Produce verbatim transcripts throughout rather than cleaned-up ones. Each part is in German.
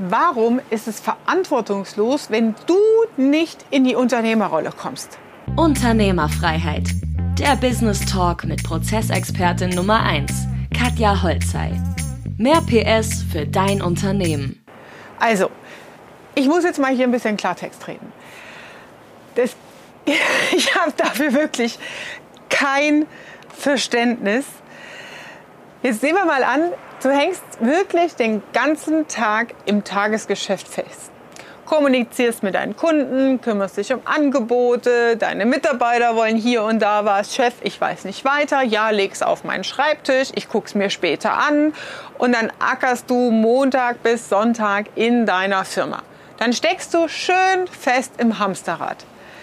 Warum ist es verantwortungslos, wenn du nicht in die Unternehmerrolle kommst? Unternehmerfreiheit. Der Business Talk mit Prozessexpertin Nummer eins, Katja Holzei. Mehr P S für dein Unternehmen. Also, ich muss jetzt mal hier ein bisschen Klartext reden. Das, ich habe dafür wirklich kein Verständnis. Jetzt sehen wir mal an, du hängst wirklich den ganzen Tag im Tagesgeschäft fest. Kommunizierst mit deinen Kunden, kümmerst dich um Angebote, deine Mitarbeiter wollen hier und da was. Chef, ich weiß nicht weiter, ja, leg's auf meinen Schreibtisch, ich guck's mir später an. Und dann ackerst du Montag bis Sonntag in deiner Firma. Dann steckst du schön fest im Hamsterrad.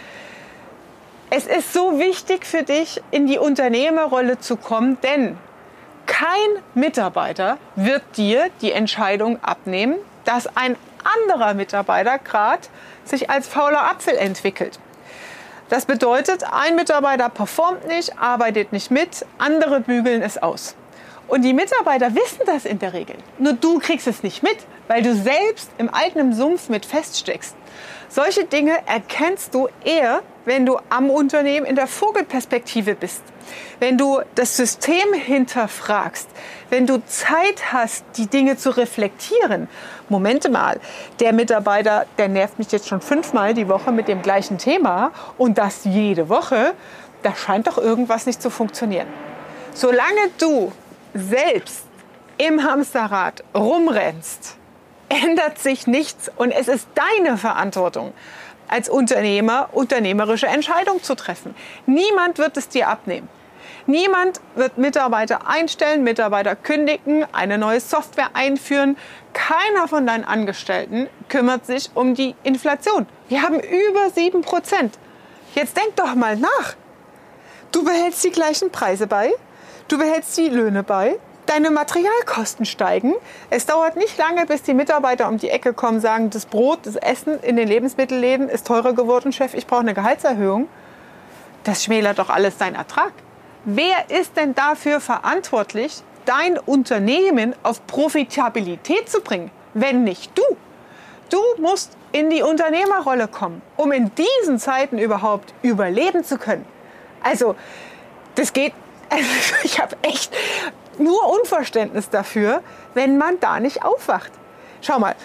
Es ist so wichtig für dich, in die Unternehmerrolle zu kommen, denn kein Mitarbeiter wird dir die Entscheidung abnehmen, dass ein anderer Mitarbeiter gerade sich als fauler Apfel entwickelt. Das bedeutet, ein Mitarbeiter performt nicht, arbeitet nicht mit, andere bügeln es aus. Und die Mitarbeiter wissen das in der Regel. Nur du kriegst es nicht mit, weil du selbst im eigenen Sumpf mit feststeckst. Solche Dinge erkennst du eher, wenn du am Unternehmen in der Vogelperspektive bist. Wenn du das System hinterfragst, wenn du Zeit hast, die Dinge zu reflektieren. Momente mal, der Mitarbeiter, der nervt mich jetzt schon fünfmal die Woche mit dem gleichen Thema und das jede Woche, da scheint doch irgendwas nicht zu funktionieren. Solange du selbst im Hamsterrad rumrennst, ändert sich nichts und es ist deine Verantwortung, als Unternehmer unternehmerische Entscheidungen zu treffen. Niemand wird es dir abnehmen. Niemand wird Mitarbeiter einstellen, Mitarbeiter kündigen, eine neue Software einführen. Keiner von deinen Angestellten kümmert sich um die Inflation. Wir haben über sieben Prozent. Jetzt denk doch mal nach. Du behältst die gleichen Preise bei, du behältst die Löhne bei, deine Materialkosten steigen. Es dauert nicht lange, bis die Mitarbeiter um die Ecke kommen und sagen, das Brot, das Essen in den Lebensmittelläden ist teurer geworden, Chef, ich brauche eine Gehaltserhöhung. Das schmälert doch alles deinen Ertrag. Wer ist denn dafür verantwortlich, dein Unternehmen auf Profitabilität zu bringen, wenn nicht du? Du musst in die Unternehmerrolle kommen, um in diesen Zeiten überhaupt überleben zu können. Also, das geht, also ich habe echt nur Unverständnis dafür, wenn man da nicht aufwacht. Schau mal,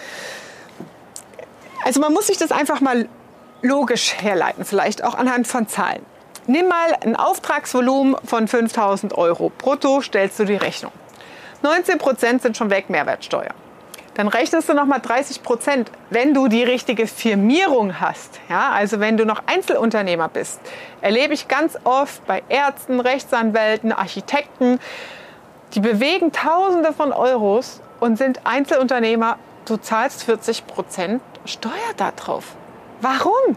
also man muss sich das einfach mal logisch herleiten, vielleicht auch anhand von Zahlen. Nimm mal ein Auftragsvolumen von fünftausend Euro. Brutto stellst du die Rechnung. neunzehn Prozent sind schon weg, Mehrwertsteuer. Dann rechnest du noch mal dreißig Prozent, wenn du die richtige Firmierung hast. Ja, also wenn du noch Einzelunternehmer bist. Erlebe ich ganz oft bei Ärzten, Rechtsanwälten, Architekten. Die bewegen Tausende von Euros und sind Einzelunternehmer. Du zahlst vierzig Prozent Steuer darauf. Warum?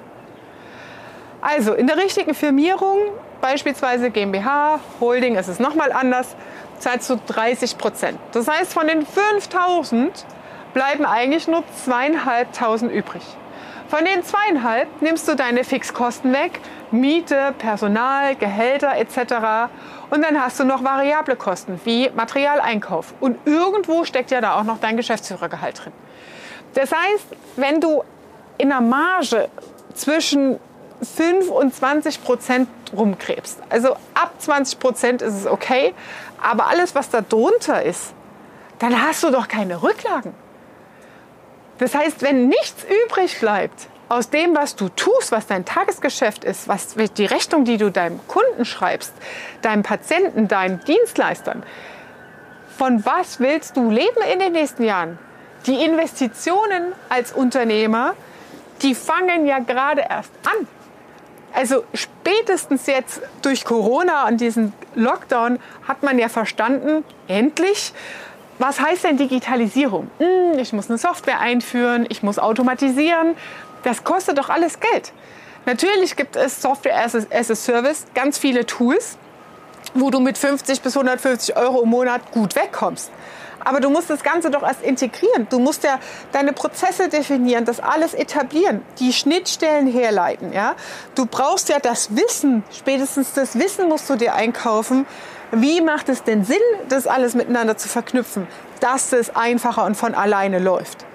Also in der richtigen Firmierung, beispielsweise GmbH, Holding, ist es nochmal anders, zahlst du dreißig Prozent. Das heißt, von den fünftausend bleiben eigentlich nur zweitausendfünfhundert übrig. Von den zweieinhalb nimmst du deine Fixkosten weg, Miete, Personal, Gehälter et cetera. Und dann hast du noch variable Kosten wie Materialeinkauf. Und irgendwo steckt ja da auch noch dein Geschäftsführergehalt drin. Das heißt, wenn du in einer Marge zwischen fünf und zwanzig Prozent rumkrebst, also ab zwanzig Prozent ist es okay, aber alles, was da drunter ist, dann hast du doch keine Rücklagen. Das heißt, wenn nichts übrig bleibt aus dem, was du tust, was dein Tagesgeschäft ist, was die Rechnung, die du deinem Kunden schreibst, deinem Patienten, deinen Dienstleistern, von was willst du leben in den nächsten Jahren? Die Investitionen als Unternehmer, die fangen ja gerade erst an. Also spätestens jetzt durch Corona und diesen Lockdown hat man ja verstanden, endlich, was heißt denn Digitalisierung? Hm, ich muss eine Software einführen, ich muss automatisieren. Das kostet doch alles Geld. Natürlich gibt es Software as a, as a Service, ganz viele Tools, wo du mit fünfzig bis hundertfünfzig Euro im Monat gut wegkommst. Aber du musst das Ganze doch erst integrieren. Du musst ja deine Prozesse definieren, das alles etablieren, die Schnittstellen herleiten. Ja? Du brauchst ja das Wissen, spätestens das Wissen musst du dir einkaufen. Wie macht es denn Sinn, das alles miteinander zu verknüpfen, dass es einfacher und von alleine läuft?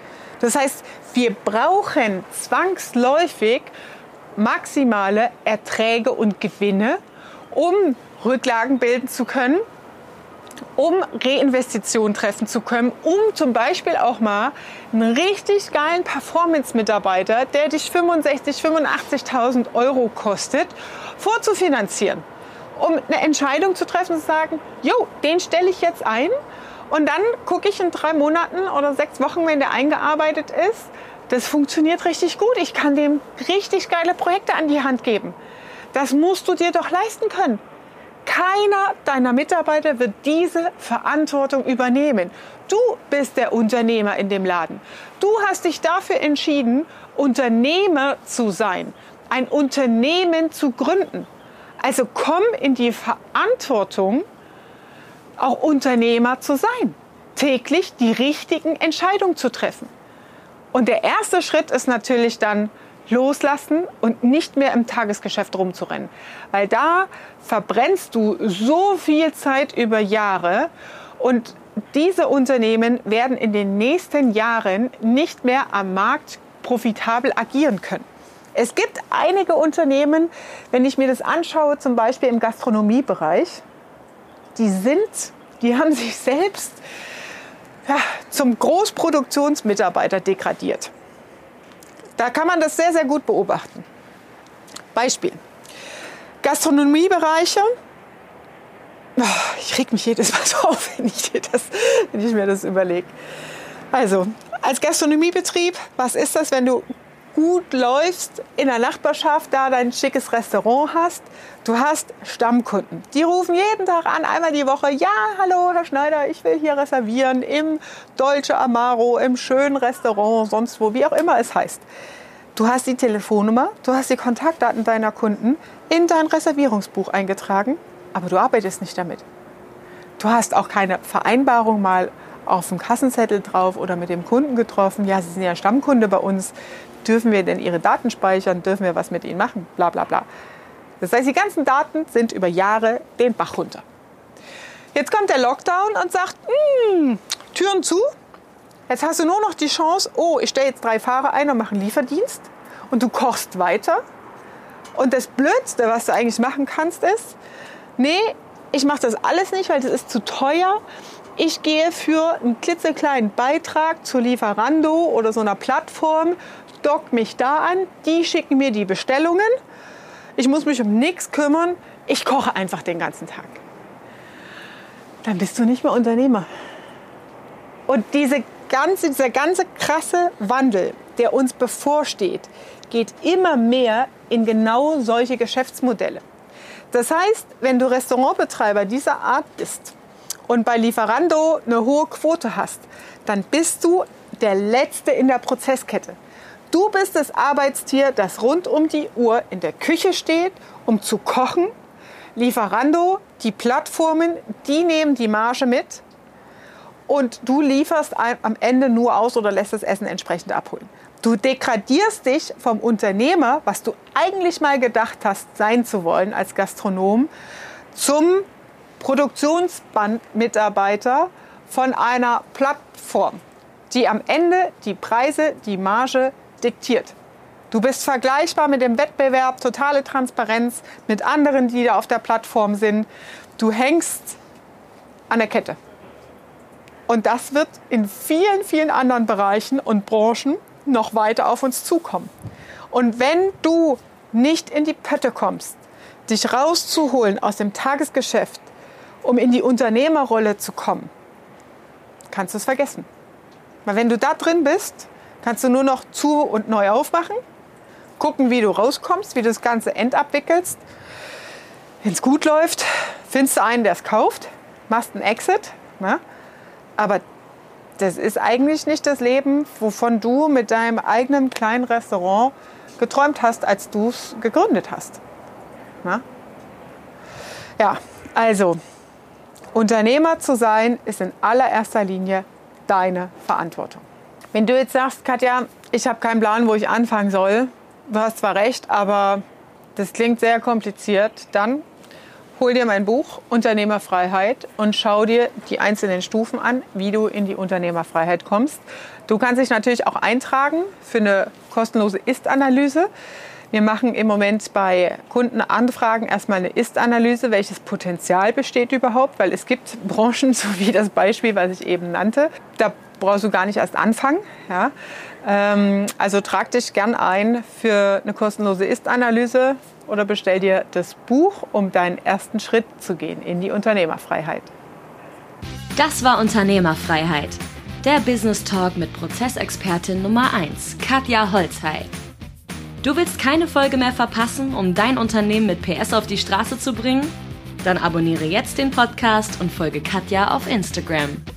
Das heißt, wir brauchen zwangsläufig maximale Erträge und Gewinne, um Rücklagen bilden zu können, um Reinvestitionen treffen zu können, um zum Beispiel auch mal einen richtig geilen Performance-Mitarbeiter, der dich fünfundsechzigtausend, fünfundachtzigtausend Euro kostet, vorzufinanzieren. Um eine Entscheidung zu treffen und zu sagen, jo, den stelle ich jetzt ein und dann gucke ich in drei Monaten oder sechs Wochen, wenn der eingearbeitet ist, das funktioniert richtig gut. Ich kann dem richtig geile Projekte an die Hand geben. Das musst du dir doch leisten können. Keiner deiner Mitarbeiter wird diese Verantwortung übernehmen. Du bist der Unternehmer in dem Laden. Du hast dich dafür entschieden, Unternehmer zu sein, ein Unternehmen zu gründen. Also komm in die Verantwortung, auch Unternehmer zu sein, täglich die richtigen Entscheidungen zu treffen. Und der erste Schritt ist natürlich dann loslassen und nicht mehr im Tagesgeschäft rumzurennen. Weil da verbrennst du so viel Zeit über Jahre und diese Unternehmen werden in den nächsten Jahren nicht mehr am Markt profitabel agieren können. Es gibt einige Unternehmen, wenn ich mir das anschaue, zum Beispiel im Gastronomiebereich, die sind, die haben sich selbst ja, zum Großproduktionsmitarbeiter degradiert. Da kann man das sehr, sehr gut beobachten. Beispiel. Gastronomiebereiche. Oh, ich reg mich jedes Mal so auf, wenn ich, das, wenn ich mir das überlege. Also, als Gastronomiebetrieb, was ist das, wenn du gut läufst, in der Nachbarschaft da dein schickes Restaurant hast? Du hast Stammkunden. Die rufen jeden Tag an, einmal die Woche. Ja, hallo, Herr Schneider, ich will hier reservieren im Dolce Amaro, im schönen Restaurant, sonst wo, wie auch immer es heißt. Du hast die Telefonnummer, du hast die Kontaktdaten deiner Kunden in dein Reservierungsbuch eingetragen, aber du arbeitest nicht damit. Du hast auch keine Vereinbarung mal auf dem Kassenzettel drauf oder mit dem Kunden getroffen. Ja, Sie sind ja Stammkunde bei uns. Dürfen wir denn Ihre Daten speichern? Dürfen wir was mit Ihnen machen? Bla bla bla. Das heißt, die ganzen Daten sind über Jahre den Bach runter. Jetzt kommt der Lockdown und sagt, Türen zu. Jetzt hast du nur noch die Chance, oh, ich stelle jetzt drei Fahrer ein und mache einen Lieferdienst. Und du kochst weiter. Und das Blödste, was du eigentlich machen kannst, ist, nee, ich mache das alles nicht, weil das ist zu teuer. Ich gehe für einen klitzekleinen Beitrag zu Lieferando oder so einer Plattform, dock mich da an, die schicken mir die Bestellungen. Ich muss mich um nichts kümmern, ich koche einfach den ganzen Tag. Dann bist du nicht mehr Unternehmer. Und diese ganze, dieser ganze krasse Wandel, der uns bevorsteht, geht immer mehr in genau solche Geschäftsmodelle. Das heißt, wenn du Restaurantbetreiber dieser Art bist und bei Lieferando eine hohe Quote hast, dann bist du der Letzte in der Prozesskette. Du bist das Arbeitstier, das rund um die Uhr in der Küche steht, um zu kochen. Lieferando, die Plattformen, die nehmen die Marge mit. Und du lieferst am Ende nur aus oder lässt das Essen entsprechend abholen. Du degradierst dich vom Unternehmer, was du eigentlich mal gedacht hast, sein zu wollen als Gastronom, zum Produktionsbandmitarbeiter von einer Plattform, die am Ende die Preise, die Marge diktiert. Du bist vergleichbar mit dem Wettbewerb, totale Transparenz mit anderen, die da auf der Plattform sind. Du hängst an der Kette. Und das wird in vielen, vielen anderen Bereichen und Branchen noch weiter auf uns zukommen. Und wenn du nicht in die Pötte kommst, dich rauszuholen aus dem Tagesgeschäft, um in die Unternehmerrolle zu kommen, kannst du es vergessen. Weil wenn du da drin bist, kannst du nur noch zu und neu aufmachen, gucken, wie du rauskommst, wie du das ganze endabwickelst. Wenn es gut läuft, findest du einen, der es kauft, machst einen Exit. Ne? Aber das ist eigentlich nicht das Leben, wovon du mit deinem eigenen kleinen Restaurant geträumt hast, als du es gegründet hast. Ne? Ja, also Unternehmer zu sein, ist in allererster Linie deine Verantwortung. Wenn du jetzt sagst, Katja, ich habe keinen Plan, wo ich anfangen soll, du hast zwar recht, aber das klingt sehr kompliziert, dann hol dir mein Buch Unternehmerfreiheit und schau dir die einzelnen Stufen an, wie du in die Unternehmerfreiheit kommst. Du kannst dich natürlich auch eintragen für eine kostenlose Ist-Analyse. Wir machen im Moment bei Kundenanfragen erstmal eine Ist-Analyse, welches Potenzial besteht überhaupt, weil es gibt Branchen, so wie das Beispiel, was ich eben nannte, da brauchst du gar nicht erst anfangen. Ja? Ähm, also trag dich gern ein für eine kostenlose Ist-Analyse oder bestell dir das Buch, um deinen ersten Schritt zu gehen in die Unternehmerfreiheit. Das war Unternehmerfreiheit, der Business Talk mit Prozessexpertin Nummer eins, Katja Holzhey. Du willst keine Folge mehr verpassen, um dein Unternehmen mit P S auf die Straße zu bringen? Dann abonniere jetzt den Podcast und folge Katja auf Instagram.